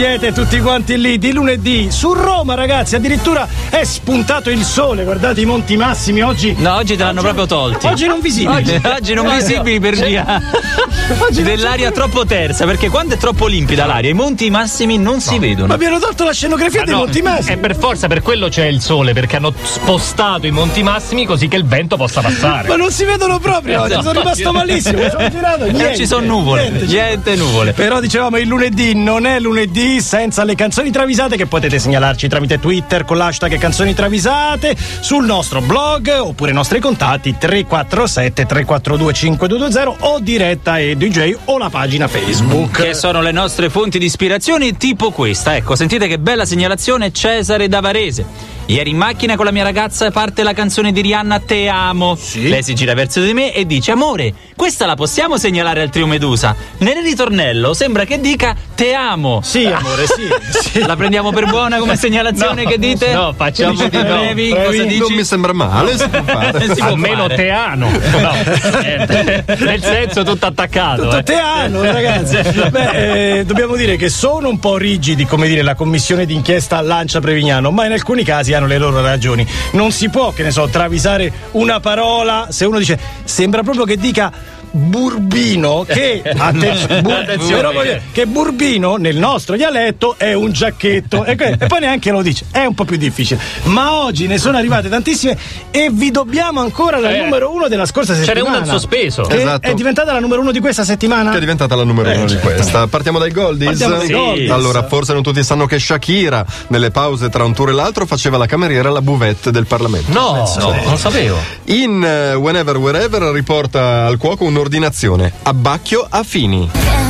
siete tutti quanti lì di lunedì su Roma, ragazzi, addirittura è spuntato il sole, guardate i Monti Massimi oggi. No, oggi te l'hanno proprio tolti. Oggi non visibili. Oggi non visibili per via dell'aria troppo tersa, perché quando è troppo limpida l'aria i Monti Massimi non si vedono. Ma abbiano tolto la scenografia dei Monti Massimi. E per forza, per quello c'è il sole, perché hanno spostato i Monti Massimi così che il vento possa passare. Ma non si vedono proprio, oggi sono rimasto malissimo, sono girato, niente. Ci sono nuvole, niente nuvole. Però dicevamo il lunedì non è lunedì senza le canzoni travisate, che potete segnalarci tramite Twitter con l'hashtag canzoni travisate, sul nostro blog oppure i nostri contatti 347 342 5220 o diretta e DJ o la pagina Facebook, che sono le nostre fonti di ispirazione, tipo questa. Ecco, sentite che bella segnalazione. Cesare da Varese: ieri in macchina con la mia ragazza parte la canzone di Rihanna Te amo. Sì. Lei si gira verso di me e dice: amore, questa la possiamo segnalare al trio Medusa? Nel ritornello sembra che dica te amo. Sì, amore, sì. La prendiamo per buona come segnalazione? No, che dite? No, facciamo di no. Brevi, cosa dici? Non mi sembra male, si può fare. Almeno te amo. No, nel senso tutto attaccato. Tutto te amo, ragazzi. Beh, dobbiamo dire che sono un po' rigidi, come dire, la commissione d'inchiesta Lancia Prevignano, ma in alcuni casi hanno le loro ragioni. Non si può, che ne so, travisare una parola se uno dice sembra proprio che dica burbino, che attenzione, che burbino nel nostro dialetto è un giacchetto e poi neanche lo dice, è un po' più difficile. Ma oggi ne sono arrivate tantissime e vi dobbiamo ancora la numero uno della scorsa settimana. Ce n'è una in sospeso, che esatto, è diventata la numero uno di questa settimana, che è diventata la numero uno di questa. Partiamo dai Goldies. Goldies. Allora, forse non tutti sanno che Shakira nelle pause tra un tour e l'altro faceva la cameriera alla buvette del Parlamento. No, non sapevo. In Whenever Wherever riporta al cuoco un'ordinazione: abbacchio a Fini.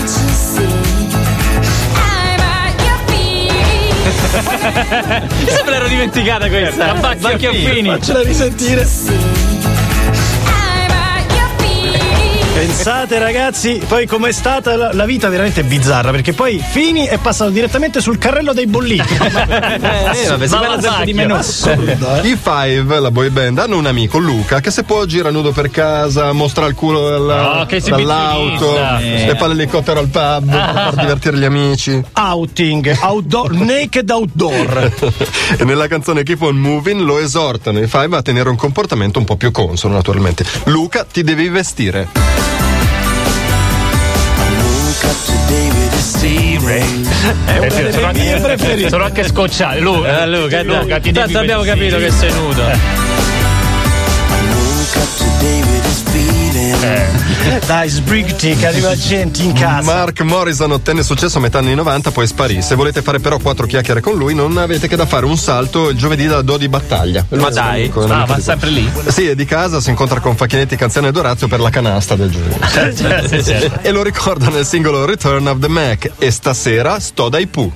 Mi sembra l'ero dimenticata questa. Abbacchio a Fini. Faccela risentire. Pensate, ragazzi, poi com'è stata la vita veramente bizzarra, perché poi Fini è passato direttamente sul carrello dei bolliti. Vabbè, si parla sempre di menù. I Five, la boy band, hanno un amico, Luca, che se può gira nudo per casa, mostra il culo dall'auto e fa l'elicottero al pub per far divertire gli amici. Outing, outdoor, naked outdoor. E nella canzone Keep on Moving lo esortano i Five a tenere un comportamento un po' più consono, naturalmente. Luca, ti devi vestire. È una delle mie preferite. Sono anche scocciati. Luca, ti tanto abbiamo capito che sei nudo. Dai, sbrigati che arriva gente in casa. Mark Morrison ottenne successo a metà anni 90, poi sparì. Se volete fare però 4 chiacchiere con lui, non avete che da fare un salto il giovedì da Dodi Battaglia. Ma dai, va sempre lì? Sì, è di casa, si incontra con Facchinetti, Canzone ed Orazio per la canasta del giovedì. Certo. E lo ricorda nel singolo Return of the Mac. E stasera sto dai Pooh.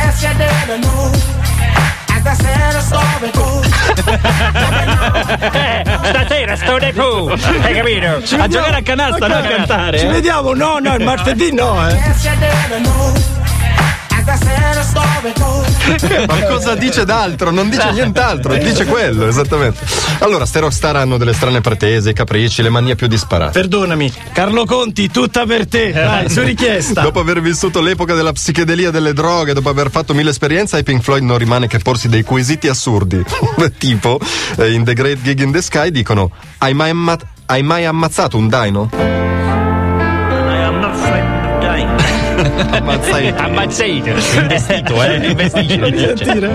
Stasera sto dai Pooh. Hai capito? A giocare a canasta, non a cantare. Ci vediamo? No, il martedì no, Ma cosa dice d'altro? Non dice nient'altro, dice quello, esattamente. Allora, ste rockstar hanno delle strane pretese, i capricci, le manie più disparate. Perdonami, Carlo Conti, tutta per te, dai, su richiesta. Dopo aver vissuto l'epoca della psichedelia delle droghe, dopo aver fatto 1000 esperienze, ai Pink Floyd non rimane che porsi dei quesiti assurdi. Tipo, in The Great Gig in the Sky dicono: hai mai ammazzato un dino? Ammazzate. Investito, investito.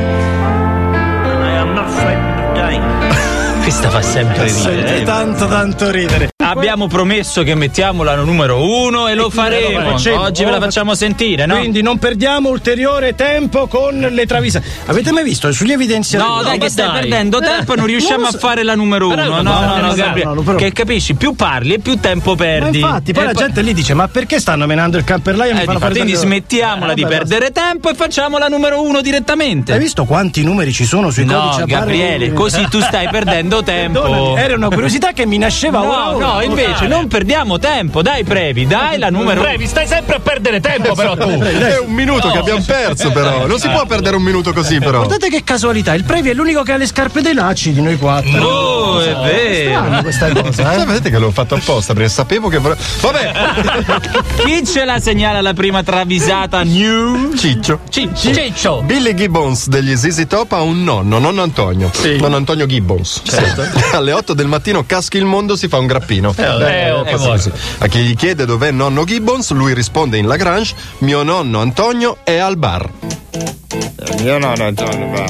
Questa fa sempre ridere. Tanto ridere. Abbiamo promesso che mettiamo la numero 1 e lo faremo. Oggi ve la facciamo sentire, no? Quindi non perdiamo ulteriore tempo con le travisate. Avete mai visto sugli evidenziatori? No, dai, che stai perdendo tempo e non riusciamo a fare la numero 1. No, che capisci? Più parli e più tempo perdi. Ma infatti, poi la gente lì dice: ma perché stanno menando il camperlaio? Mi fanno fare quindi smettiamola di perdere tempo e facciamo la numero 1 direttamente. Hai visto quanti numeri ci sono sui codici a barre? Gabriele, così tu stai perdendo tempo. Era una curiosità che mi nasceva ora. No, invece non perdiamo tempo. Dai Previ, dai la numero. Previ, stai sempre a perdere tempo però tu. È un minuto che abbiamo perso però. Non si può perdere un minuto così però. Guardate che casualità, il Previ è l'unico che ha le scarpe dei lacci di noi quattro. Oh, è vero. Strano questa cosa, Vedete che l'ho fatto apposta perché sapevo che vabbè. Chi ce la segnala la prima travisata new? Ciccio. Ciccio. Billy Gibbons degli ZZ Top ha un nonno Antonio. Nonno Antonio Gibbons. Certo. Alle 8 del mattino caschi il mondo, si fa un grappino. Così. A chi gli chiede dov'è nonno Gibbons, lui risponde in Lagrange: mio nonno Antonio è al bar. Mio nonno Antonio va.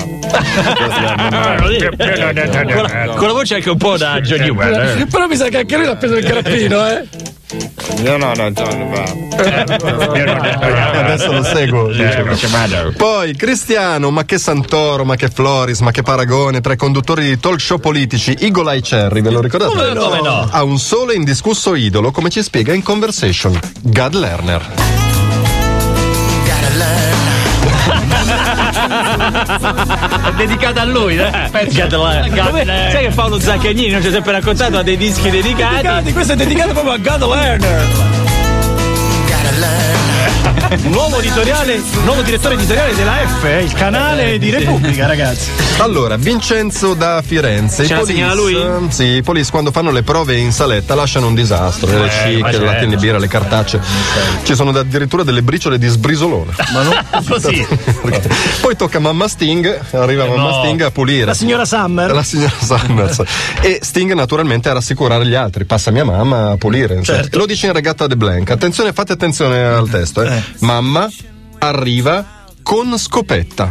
Con la voce anche un po' da Johnny Well. Però mi sa che anche lui l'ha preso il grappino, Mio nonno Antonio va. Adesso lo seguo. Poi Cristiano, ma che Santoro, ma che Floris, ma che paragone tra i conduttori di talk show politici. Eagle Eye Cherry, ve lo ricordate? Come no? Ha un solo e indiscusso idolo, come ci spiega in Conversation: Gad Lerner. È dedicata a lui, Sai che Paolo Zaccagnini non ci ha sempre raccontato, ha dei dischi dedicati. Questo è dedicato proprio a God Lerner. Nuovo direttore editoriale della F, il canale di Repubblica, ragazzi. Allora, Vincenzo da Firenze. Ce la segnala lui? Sì, i police quando fanno le prove in saletta lasciano un disastro. Le cicche, le lattine di birra, le cartacce. Ci sono addirittura delle briciole di sbrisolone. Ma non così. Poi tocca Mamma Sting, arriva Mamma Sting a pulire. La signora Summer. La signora Summers. E Sting naturalmente a rassicurare gli altri. Passa mia mamma a pulire. Certo. Lo dice in Regatta de Blanc. Attenzione, fate attenzione al testo. Mamma arriva con scopetta.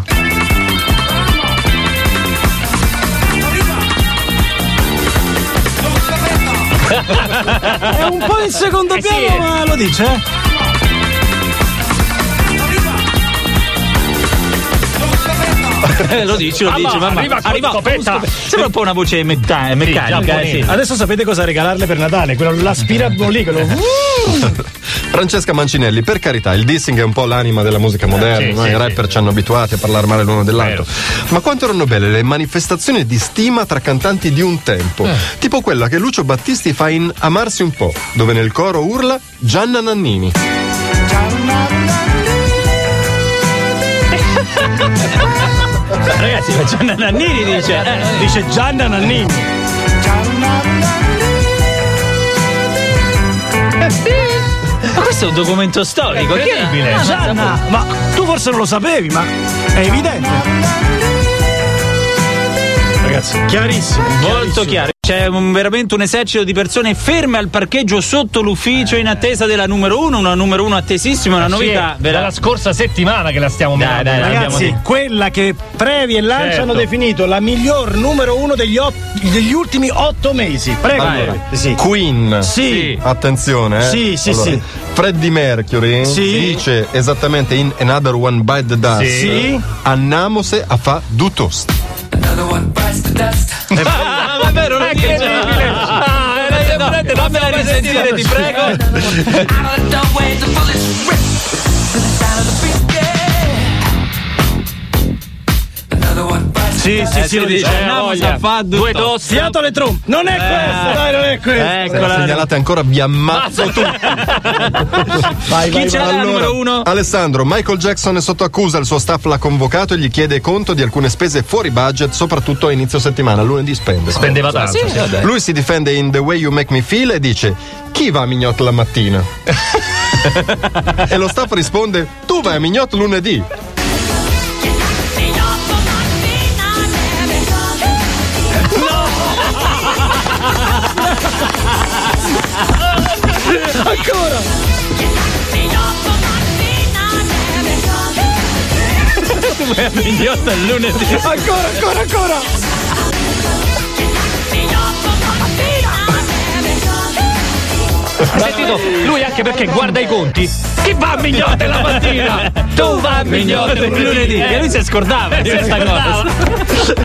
È un po' in secondo piano, ma lo dice. Lo dici, mamma. Arriva con scopetta. Sembra un po' una voce meccanica. Sì. Adesso sapete cosa regalarle per Natale? Quello l'aspirapolì, lì, quello. Francesca Mancinelli, per carità, il dissing è un po' l'anima della musica moderna, i rapper ci hanno abituati a parlare male l'uno dell'altro. Ma quanto erano belle le manifestazioni di stima tra cantanti di un tempo, tipo quella che Lucio Battisti fa in Amarsi un po', dove nel coro urla Gianna Nannini. Ragazzi, ma Gianna Nannini dice Gianna Nannini. Ma questo è un documento storico, incredibile. Gianna, ma tu forse non lo sapevi, ma è evidente. Ragazzi, chiarissimo. Molto chiaro. C'è veramente un esercito di persone ferme al parcheggio sotto l'ufficio in attesa della numero 1, una numero 1 attesissima, una novità. Dalla scorsa settimana che la stiamo mirando. Dai, ragazzi, quella che Previ e Lancia hanno definito la miglior numero 1 degli ultimi 8 mesi. Prego. Allora, sì. Queen. Sì. Attenzione, Sì. Freddie Mercury dice esattamente in Another One Bite the Dust. Sì. Annamose a fa du toast. Ma è vero, non è incredibile. Fammela risentire, ti prego. Sì, lo dice. Due tosti. Fiato le trombe. Non è questa, dai, non è questa. Eccola. Segnalate ancora, vi ammazzo tu. Chi ce l'ha la numero 1? Alessandro, Michael Jackson è sotto accusa, il suo staff l'ha convocato e gli chiede conto di alcune spese fuori budget, soprattutto a inizio settimana. Lunedì spendeva tanto. Lui si difende in The Way You Make Me Feel e dice: chi va a Mignot la mattina? E lo staff risponde: tu vai a Mignot lunedì. Ancora. Tu vai a Mignotto il lunedì. Ancora. Sentito, lui anche perché guarda i conti. Chi va a Mignotto la mattina? Tu vai a Mignotto il lunedì. E lui si scordava questa cosa.